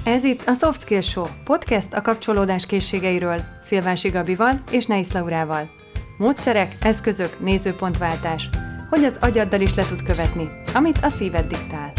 Ez itt a Soft Skills Show, podcast a kapcsolódás készségeiről, Szilvási Gabival és Neis Laurával. Módszerek, eszközök, nézőpontváltás, hogy az agyaddal is le tud követni, amit a szíved diktál.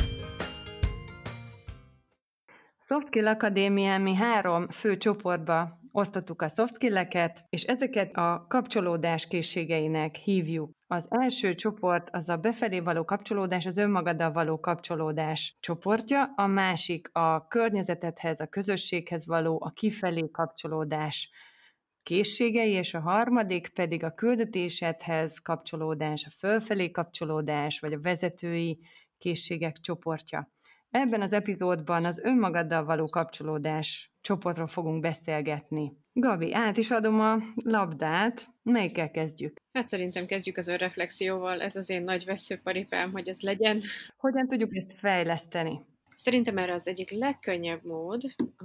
Soft Skill Akadémián mi 3 fő csoportba osztottuk a soft skilleket, és ezeket a kapcsolódás készségeinek hívjuk. Az első csoport az a befelé való kapcsolódás, az önmagaddal való kapcsolódás csoportja, a másik a környezetedhez, a közösséghez való, a kifelé kapcsolódás készségei, és a harmadik pedig a küldetésedhez kapcsolódás, a fölfelé kapcsolódás, vagy a vezetői készségek csoportja. Ebben az epizódban az önmagaddal való kapcsolódás csoportról fogunk beszélgetni. Gabi, át is adom a labdát. Melyikkel kezdjük? Hát szerintem kezdjük az önreflexióval, ez az én nagy vesszőparipám, hogy ez legyen. Hogyan tudjuk ezt fejleszteni? Szerintem erre az egyik legkönnyebb mód,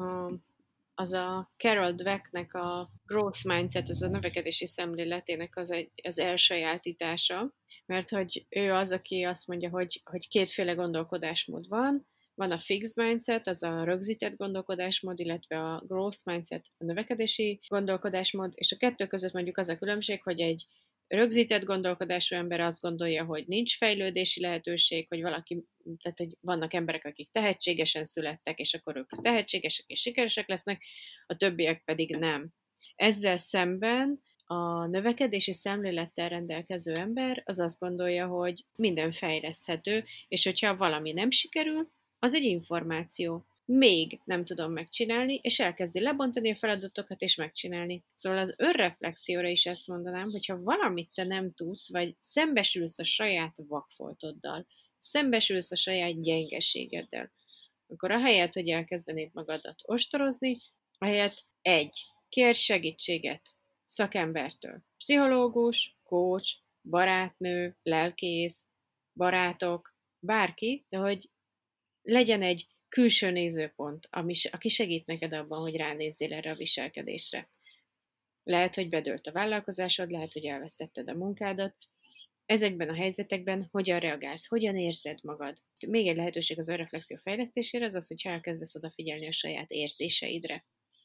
az a Carol Dwecknek a Growth Mindset, az a növekedési szemléletének az elsajátítása, mert hogy ő az, aki azt mondja, hogy kétféle gondolkodásmód van. Van a fixed mindset, az a rögzített gondolkodásmód, illetve a growth mindset, a növekedési gondolkodásmód, és a kettő között mondjuk az a különbség, hogy egy rögzített gondolkodású ember azt gondolja, hogy nincs fejlődési lehetőség, hogy tehát hogy vannak emberek, akik tehetségesen születtek, és akkor ők tehetségesek és sikeresek lesznek, a többiek pedig nem. Ezzel szemben a növekedési szemlélettel rendelkező ember az azt gondolja, hogy minden fejleszthető, és hogyha valami nem sikerül, az egy információ. Még nem tudom megcsinálni, és elkezdi lebontani a feladatokat, és megcsinálni. Szóval az önreflexióra is ezt mondanám, hogyha valamit te nem tudsz, vagy szembesülsz a saját vakfoltoddal, szembesülsz a saját gyengeségeddel, akkor ahelyett, hogy elkezdenéd magadat ostorozni, ahelyett kérj segítséget szakembertől. Pszichológus, coach, barátnő, lelkész, barátok, bárki, de hogy legyen egy külső nézőpont, aki segít neked abban, hogy ránézzél erre a viselkedésre. Lehet, hogy bedőlt a vállalkozásod, lehet, hogy elvesztetted a munkádat. Ezekben a helyzetekben hogyan reagálsz, hogyan érzed magad? Még egy lehetőség az önreflexió fejlesztésére az az, hogy elkezdesz odafigyelni a saját érzéseidre.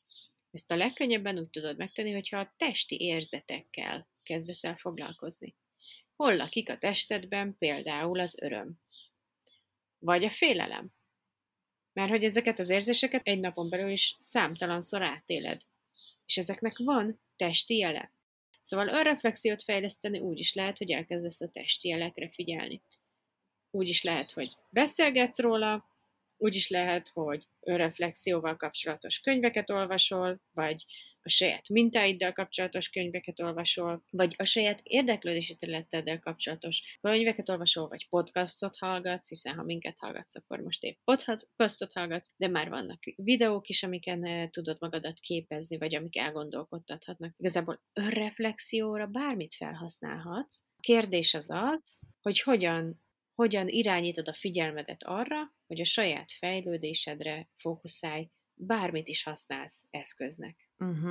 Ezt a legkönnyebben úgy tudod megtenni, hogyha a testi érzetekkel kezdesz el foglalkozni. Hol lakik a testedben például az öröm? Vagy a félelem? Mert hogy ezeket az érzéseket egy napon belül is számtalanszor átéled. És ezeknek van testi jele. Szóval önreflexiót fejleszteni úgy is lehet, hogy elkezdesz a testi jelekre figyelni. Úgy is lehet, hogy beszélgetsz róla, úgy is lehet, hogy önreflexióval kapcsolatos könyveket olvasol, vagy a saját mintáiddal kapcsolatos könyveket olvasol, vagy a saját érdeklődési területeddel kapcsolatos könyveket olvasol, vagy podcastot hallgatsz, hiszen ha minket hallgatsz, akkor most épp podcastot hallgatsz, de már vannak videók is, amiken tudod magadat képezni, vagy amik elgondolkodtathatnak. Igazából önreflexióra bármit felhasználhatsz. A kérdés az, hogy hogyan irányítod a figyelmedet arra, hogy a saját fejlődésedre fókuszálj, bármit is használsz eszköznek.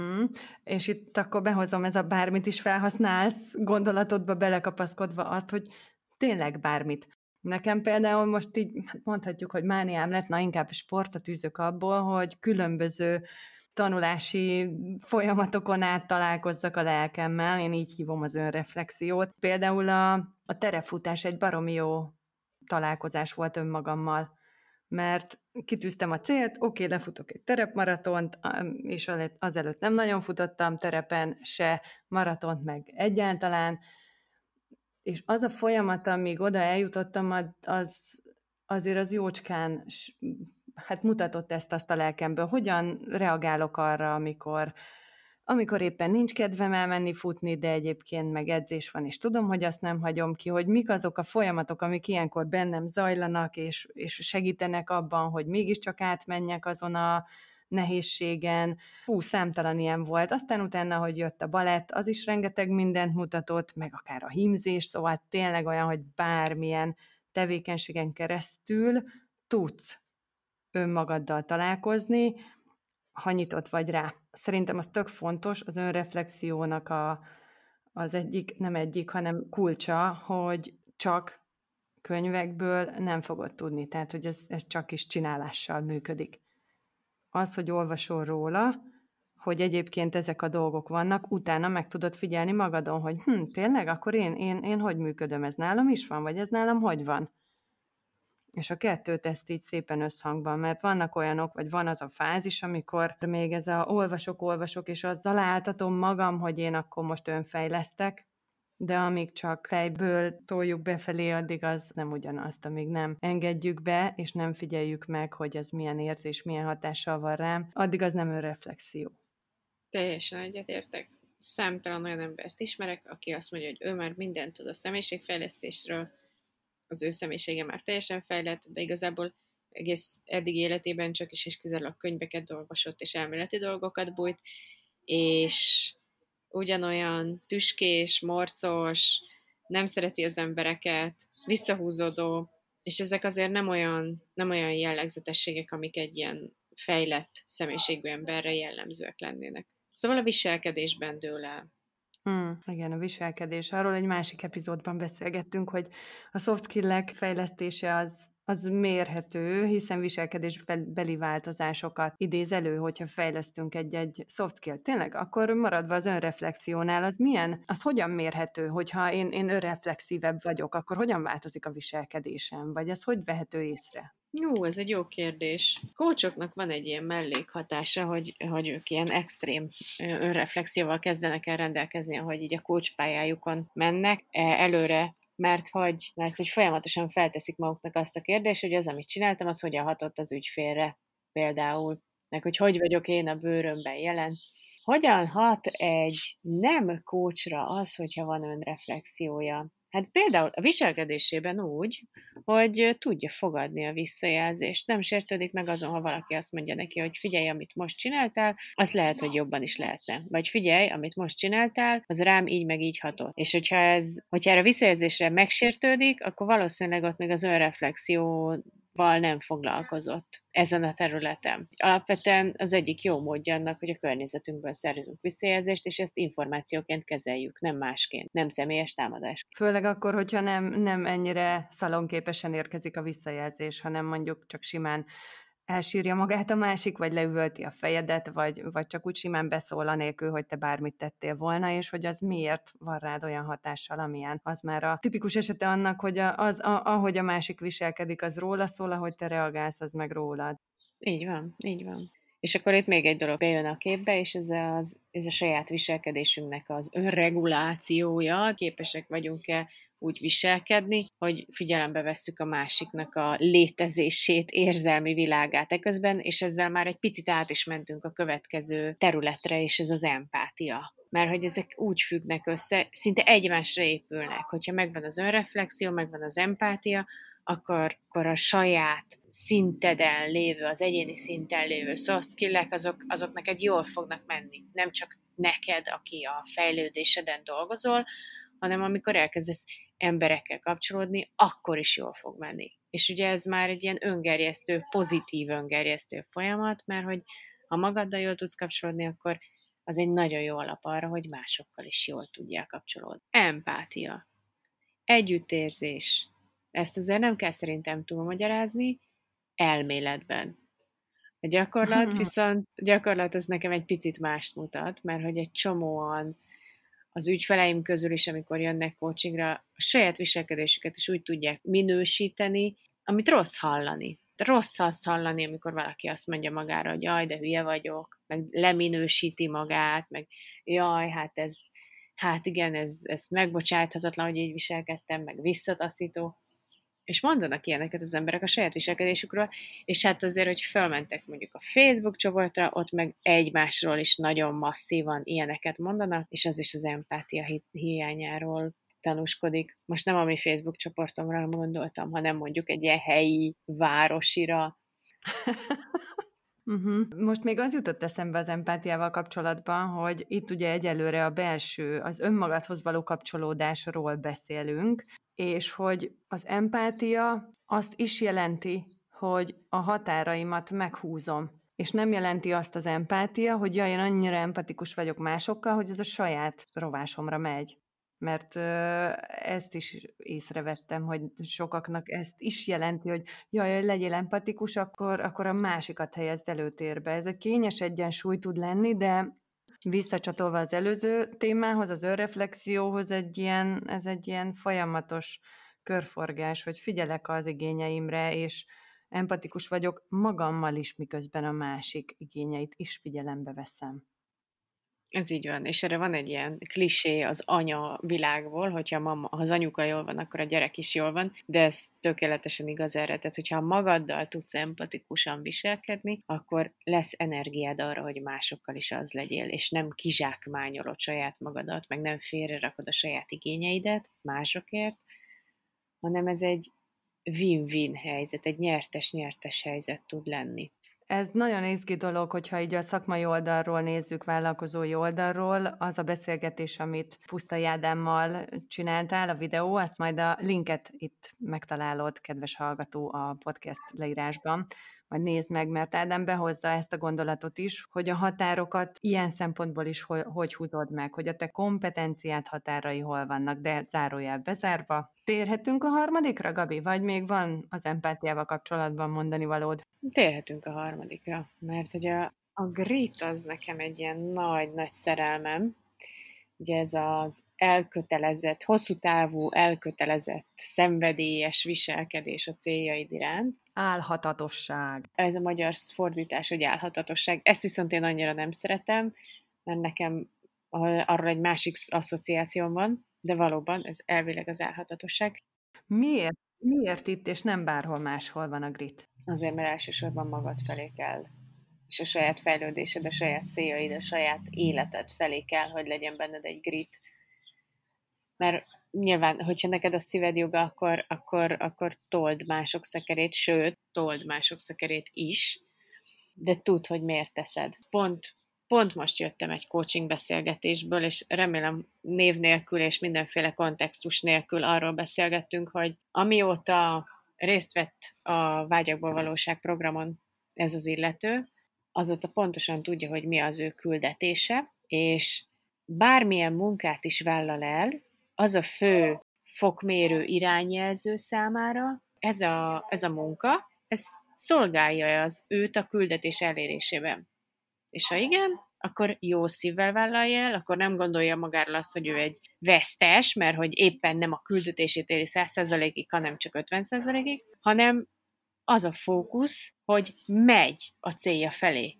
És itt akkor behozom ez a bármit is felhasználsz gondolatodba belekapaszkodva azt, hogy tényleg bármit. Nekem például most így mondhatjuk, hogy mániám lett, inkább sportot űzök abból, hogy különböző tanulási folyamatokon át találkozzak a lelkemmel, én így hívom az önreflexiót. Például a terefutás egy baromi jó találkozás volt önmagammal, mert kitűztem a célt, lefutok egy terepmaratont, és azelőtt nem nagyon futottam terepen, se maratont meg egyáltalán, és az a folyamat, amíg oda eljutottam, azért az jócskán mutatott ezt-azt a lelkemből. Hogyan reagálok arra, amikor éppen nincs kedvem elmenni futni, de egyébként meg edzés van, és tudom, hogy azt nem hagyom ki, hogy mik azok a folyamatok, amik ilyenkor bennem zajlanak, és segítenek abban, hogy mégiscsak átmenjek azon a nehézségen. Számtalan ilyen volt. Aztán utána, hogy jött a balett, az is rengeteg mindent mutatott, meg akár a hímzés, szóval tényleg olyan, hogy bármilyen tevékenységen keresztül tudsz önmagaddal találkozni, ha nyitott vagy rá. Szerintem az tök fontos, az önreflexiónak az hanem kulcsa, hogy csak könyvekből nem fogod tudni, tehát hogy ez csak is csinálással működik. Az, hogy olvasol róla, hogy egyébként ezek a dolgok vannak, utána meg tudod figyelni magadon, hogy tényleg, akkor én hogy működöm, ez nálam is van, vagy ez nálam hogy van? És a kettőt ezt így szépen összhangban, mert vannak olyanok, vagy van az a fázis, amikor még ez a olvasok, és azzal áltatom magam, hogy én akkor most önfejlesztek, de amíg csak fejből toljuk befelé, addig az nem ugyanazt, amíg nem engedjük be, és nem figyeljük meg, hogy ez milyen érzés, milyen hatással van rám, addig az nem önreflexió. Teljesen egyetértek. Számtalan olyan embert ismerek, aki azt mondja, hogy ő már mindent tud a személyiségfejlesztésről, az ő személyisége már teljesen fejlett, de igazából egész eddig életében csak is és kizárólag könyveket olvasott és elméleti dolgokat bújt, és ugyanolyan tüskés, morcos, nem szereti az embereket, visszahúzódó, és ezek azért nem olyan jellegzetességek, amik egy ilyen fejlett személyiségű emberre jellemzőek lennének. Szóval a viselkedésben dől el. Igen, a viselkedés. Arról egy másik epizódban beszélgettünk, hogy a soft skill-ek fejlesztése az mérhető, hiszen viselkedésbeli változásokat idéz elő, hogyha fejlesztünk egy soft skill. Tényleg, akkor maradva az önreflexiónál, az hogyan mérhető, hogyha én önreflexívebb vagyok, akkor hogyan változik a viselkedésem, vagy ez hogy vehető észre? Jó, ez egy jó kérdés. Coachoknak van egy ilyen mellékhatása, hogy ők ilyen extrém önreflexióval kezdenek el rendelkezni, ahogy így a coach pályájukon mennek előre, mert hogy folyamatosan felteszik maguknak azt a kérdést, hogy az, amit csináltam, az hogyan hatott az ügyfélre például, meg hogy vagyok én a bőrömben jelen. Hogyan hat egy nem coachra az, hogyha van önreflexiója? Hát például a viselkedésében úgy, hogy tudja fogadni a visszajelzést. Nem sértődik meg azon, ha valaki azt mondja neki, hogy figyelj, amit most csináltál, az lehet, hogy jobban is lehetne. Vagy figyelj, amit most csináltál, az rám így meg így hatott. És hogyha erre a visszajelzésre megsértődik, akkor valószínűleg ott még az önreflexió nem foglalkozott ezen a területen. Alapvetően az egyik jó módja annak, hogy a környezetünkből szerzünk visszajelzést, és ezt információként kezeljük, nem másként, nem személyes támadás. Főleg akkor, hogyha nem ennyire szalonképesen érkezik a visszajelzés, hanem mondjuk csak simán elsírja magát a másik, vagy leüvölti a fejedet, vagy csak úgy simán beszól anélkül, hogy te bármit tettél volna, és hogy az miért van rád olyan hatással, amilyen. Az már a tipikus esete annak, hogy ahogy a másik viselkedik, az róla szól, ahogy te reagálsz, az meg rólad. Így van, így van. És akkor itt még egy dolog bejön a képbe, és ez a saját viselkedésünknek az önregulációja. Képesek vagyunk-e úgy viselkedni, hogy figyelembe vesszük a másiknak a létezését, érzelmi világát eközben, és ezzel már egy picit át is mentünk a következő területre, és ez az empátia. Mert hogy ezek úgy függnek össze, szinte egymásra épülnek. Hogyha megvan az önreflexió, megvan az empátia, akkor a saját szinteden lévő, az egyéni szinten lévő soft skill-ek, azok neked jól fognak menni. Nem csak neked, aki a fejlődéseden dolgozol, hanem amikor elkezdesz emberekkel kapcsolódni, akkor is jól fog menni. És ugye ez már egy ilyen öngerjesztő, pozitív öngerjesztő folyamat, mert hogy ha magaddal jól tudsz kapcsolódni, akkor az egy nagyon jó alap arra, hogy másokkal is jól tudjál kapcsolódni. Empátia. Együttérzés. Ezt azért nem kell szerintem túlmagyarázni, elméletben. A gyakorlat az nekem egy picit mást mutat, mert hogy egy csomóan az ügyfeleim közül is, amikor jönnek coachingra, a saját viselkedésüket is úgy tudják minősíteni, amit rossz hallani. De rossz azt hallani, amikor valaki azt mondja magára, hogy jaj, de hülye vagyok, meg leminősíti magát, meg jaj, hát igen, ez megbocsáthatatlan, hogy így viselkedtem, meg visszataszító. És mondanak ilyeneket az emberek a saját viselkedésükről, és hát azért, hogy felmentek mondjuk a Facebook csoportra, ott meg egymásról is nagyon masszívan ilyeneket mondanak, és az is az empátia hiányáról tanúskodik. Most nem a mi Facebook csoportomra gondoltam, hanem mondjuk egy ilyen helyi, városira. Most még az jutott eszembe az empátiával kapcsolatban, hogy itt ugye egyelőre a belső, az önmagadhoz való kapcsolódásról beszélünk, és hogy az empátia azt is jelenti, hogy a határaimat meghúzom. És nem jelenti azt az empátia, hogy jaj, én annyira empatikus vagyok másokkal, hogy ez a saját rovásomra megy. mert ezt is észrevettem, hogy sokaknak ezt is jelenti, hogy jaj, legyél empatikus, akkor a másikat helyezd előtérbe. Ez egy kényes egyensúly tud lenni, de visszacsatolva az előző témához, az önreflexióhoz, ez egy ilyen folyamatos körforgás, hogy figyelek az igényeimre, és empatikus vagyok magammal is, miközben a másik igényeit is figyelembe veszem. Ez így van, és erre van egy ilyen klisé az anya világból, hogyha ha az anyuka jól van, akkor a gyerek is jól van, de ez tökéletesen igaz erre. Tehát, hogyha magaddal tudsz empatikusan viselkedni, akkor lesz energiád arra, hogy másokkal is az legyél, és nem kizsákmányolod saját magadat, meg nem félrerakod a saját igényeidet másokért, hanem ez egy win-win helyzet, egy nyertes-nyertes helyzet tud lenni. Ez nagyon izgi dolog, hogyha így a szakmai oldalról nézzük, vállalkozói oldalról, az a beszélgetés, amit Pusztai Ádámmal csináltál, a videó, azt majd a linket itt megtalálod, kedves hallgató, a podcast leírásban. Majd nézd meg, mert Ádám behozza ezt a gondolatot is, hogy a határokat ilyen szempontból is hogy húzod meg, hogy a te kompetenciád határai hol vannak, de zárójel bezárva. Térhetünk a harmadikra, Gabi, vagy még van az empátiával kapcsolatban mondani valód? Térhetünk a harmadikra, mert hogy a grit az nekem egy ilyen nagy-nagy szerelmem. Ugye ez az elkötelezett, hosszú távú, elkötelezett, szenvedélyes viselkedés a céljaid iránt. Álhatatosság. Ez a magyar fordítás, hogy álhatatosság. Ezt viszont én annyira nem szeretem, mert nekem arról egy másik asszociációm van, de valóban ez elvileg az álhatatosság. Miért itt, és nem bárhol máshol van a grit? Azért, mert elsősorban magad felé kell, és a saját fejlődésed, a saját céljaid, a saját életed felé kell, hogy legyen benned egy grit. Mert nyilván, hogyha neked a szíved joga, akkor told mások szekerét, sőt, told mások szekerét is, de tudd, hogy miért teszed. Pont most jöttem egy coaching beszélgetésből, és remélem név nélkül és mindenféle kontextus nélkül arról beszélgettünk, hogy amióta részt vett a Vágyakból Valóság programon ez az illető, azóta pontosan tudja, hogy mi az ő küldetése, és bármilyen munkát is vállal el, az a fő fokmérő irányjelző számára, ez a munka, ez szolgálja az őt a küldetés elérésében. És ha igen, akkor jó szívvel vállalja el, akkor nem gondolja magáról azt, hogy ő egy vesztes, mert hogy éppen nem a küldetését éri 100%-ig, hanem csak 50%-ig, hanem az a fókusz, hogy megy a célja felé.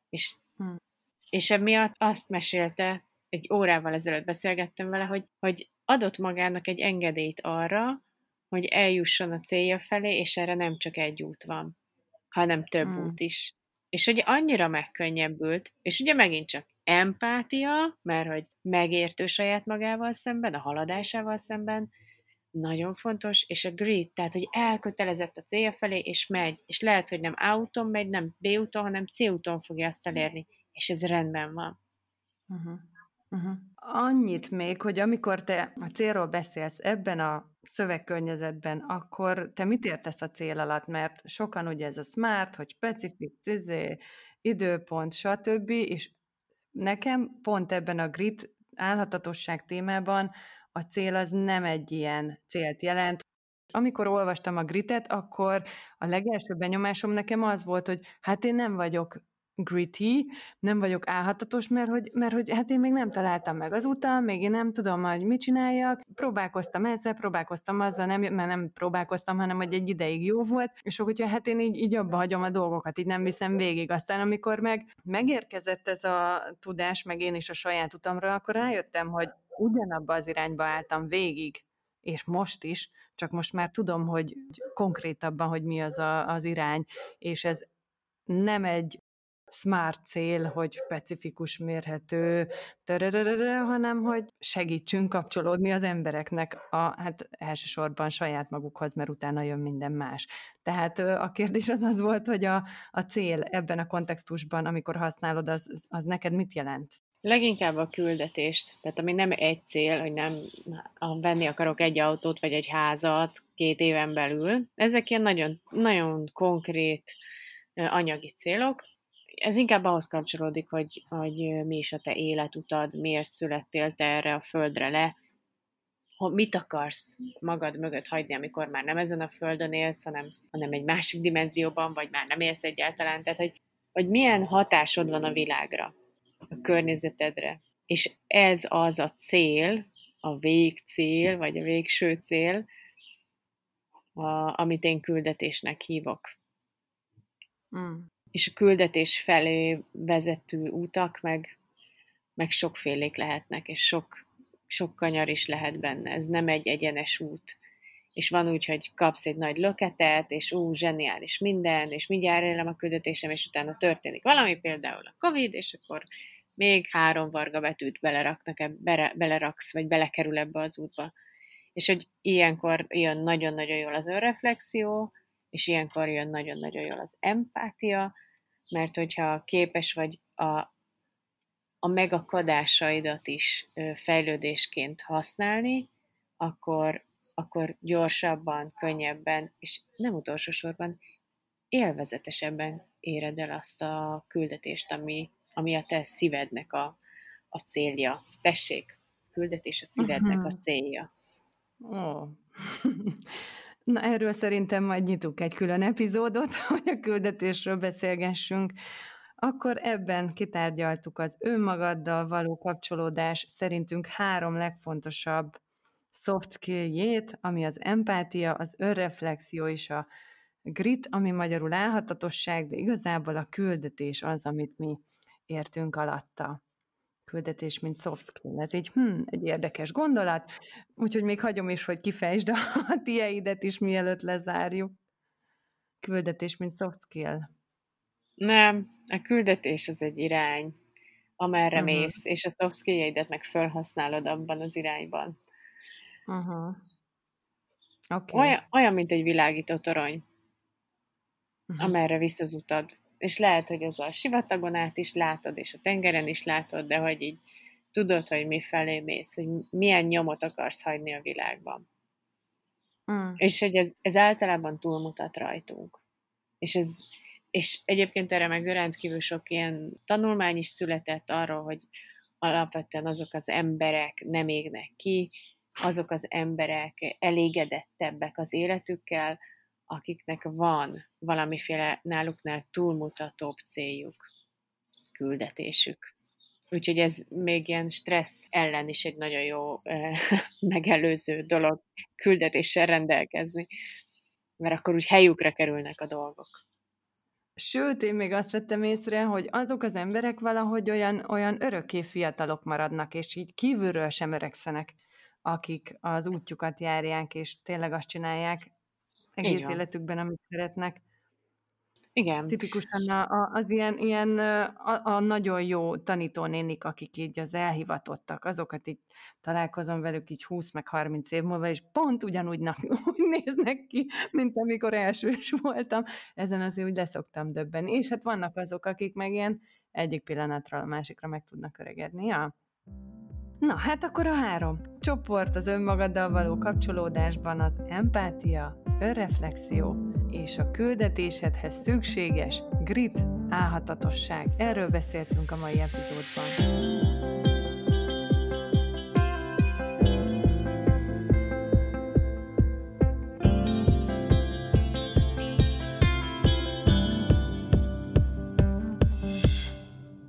És emiatt azt mesélte, egy órával ezelőtt beszélgettem vele, hogy adott magának egy engedélyt arra, hogy eljusson a célja felé, és erre nem csak egy út van, hanem több út is. És hogy annyira megkönnyebbült, és ugye megint csak empátia, mert hogy megértő saját magával szemben, a haladásával szemben, nagyon fontos, és a grit, tehát, hogy elkötelezett a célja felé, és megy, és lehet, hogy nem A úton megy, nem B úton, hanem C úton fogja azt elérni, és ez rendben van. Annyit még, hogy amikor te a célról beszélsz ebben a szövegkörnyezetben, akkor te mit értesz a cél alatt? Mert sokan ugye ez a SMART, hogy specifik, időpont, stb. És nekem pont ebben a grit álhatatosság témában a cél az nem egy ilyen célt jelent. Amikor olvastam a gritet, akkor a legelső benyomásom nekem az volt, hogy hát én nem vagyok gritty, nem vagyok álhatatos, mert hogy hát én még nem találtam meg az utam, még én nem tudom, hogy mit csináljak. Próbálkoztam ezzel, próbálkoztam azzal, mert nem próbálkoztam, hanem hogy egy ideig jó volt, és akkor, hogyha hát én így abba hagyom a dolgokat, így nem viszem végig. Aztán amikor megérkezett ez a tudás, meg én is a saját utamra, akkor rájöttem, hogy ugyanabba az irányba álltam végig, és most is, csak most már tudom, hogy konkrétabban, hogy mi az irány, és ez nem egy smart cél, hogy specifikus, mérhető, hanem hogy segítsünk kapcsolódni az embereknek, hát elsősorban saját magukhoz, mert utána jön minden más. Tehát a kérdés az volt, hogy a cél ebben a kontextusban, amikor használod, az neked mit jelent? Leginkább a küldetést, tehát ami nem egy cél, hogy nem venni akarok egy autót vagy egy házat 2 éven belül. Ezek ilyen nagyon, nagyon konkrét anyagi célok. Ez inkább ahhoz kapcsolódik, hogy mi is a te életutad, miért születtél te erre a földre le, mit akarsz magad mögött hagyni, amikor már nem ezen a földön élsz, hanem egy másik dimenzióban, vagy már nem élsz egyáltalán. Tehát, hogy milyen hatásod van a világra, a környezetedre. És ez az a cél, a végcél, vagy a végső cél, amit én küldetésnek hívok. És a küldetés felé vezető utak meg sokfélék lehetnek, és sok kanyar is lehet benne. Ez nem egy egyenes út. És van úgy, hogy kapsz egy nagy löketet, és zseniális minden, és mindjárt élem a küldetésem, és utána történik valami, például a Covid, és akkor még 3 varga betűt beleraksz, vagy belekerül ebbe az útba. És hogy ilyenkor jön nagyon-nagyon jól az önreflexió, és ilyenkor jön nagyon-nagyon jól az empátia, mert hogyha képes vagy a megakadásaidat is fejlődésként használni, akkor gyorsabban, könnyebben, és nem utolsó sorban élvezetesebben éred el azt a küldetést, ami a te szívednek a célja. Tessék, küldetés a szívednek a célja. Ó. Na, erről szerintem majd nyitunk egy külön epizódot, hogy a küldetésről beszélgessünk. Akkor ebben kitárgyaltuk az önmagaddal való kapcsolódás szerintünk 3 legfontosabb soft skill-jét, ami az empátia, az önreflexió és a grit, ami magyarul álhatatosság, de igazából a küldetés az, amit mi értünk alatta. Küldetés, mint soft skill. Ez egy érdekes gondolat, úgyhogy még hagyom is, hogy kifejtsd a tieidet is, mielőtt lezárjuk. Küldetés, mint soft skill. Nem, a küldetés az egy irány, amerre mész, és a soft skill-jeidet meg felhasználod abban az irányban. Okay. Olyan, mint egy világító torony, amerre visz az utad. És lehet, hogy az a sivatagon át is látod, és a tengeren is látod, de hogy így tudod, hogy mi felé mész, hogy milyen nyomot akarsz hagyni a világban. És hogy ez általában túlmutat rajtunk. És egyébként erre meg rendkívül sok ilyen tanulmány is született arról, hogy alapvetően azok az emberek nem égnek ki, azok az emberek elégedettebbek az életükkel, akiknek van valamiféle náluknál túlmutatóbb céljuk, küldetésük. Úgyhogy ez még ilyen stressz ellen is egy nagyon jó megelőző dolog küldetéssel rendelkezni, mert akkor úgy helyükre kerülnek a dolgok. Sőt, én még azt vettem észre, hogy azok az emberek valahogy olyan örökké fiatalok maradnak, és így kívülről sem öregszenek, akik az útjukat járják, és tényleg azt csinálják egész életükben, amit szeretnek. Igen. Tipikusan az ilyen a nagyon jó tanítónénik, akik így az elhivatottak, azokat így találkozom velük így 20 meg 30 év múlva, és pont ugyanúgy úgy néznek ki, mint amikor elsős voltam. Ezen azért úgy leszoktam döbbenni. És hát vannak azok, akik meg ilyen egyik pillanatról a másikra meg tudnak öregedni. Ja. Na, hát akkor a 3 csoport az önmagaddal való kapcsolódásban az empátia, önreflexió és a küldetésedhez szükséges grit, álhatatosság. Erről beszéltünk a mai epizódban.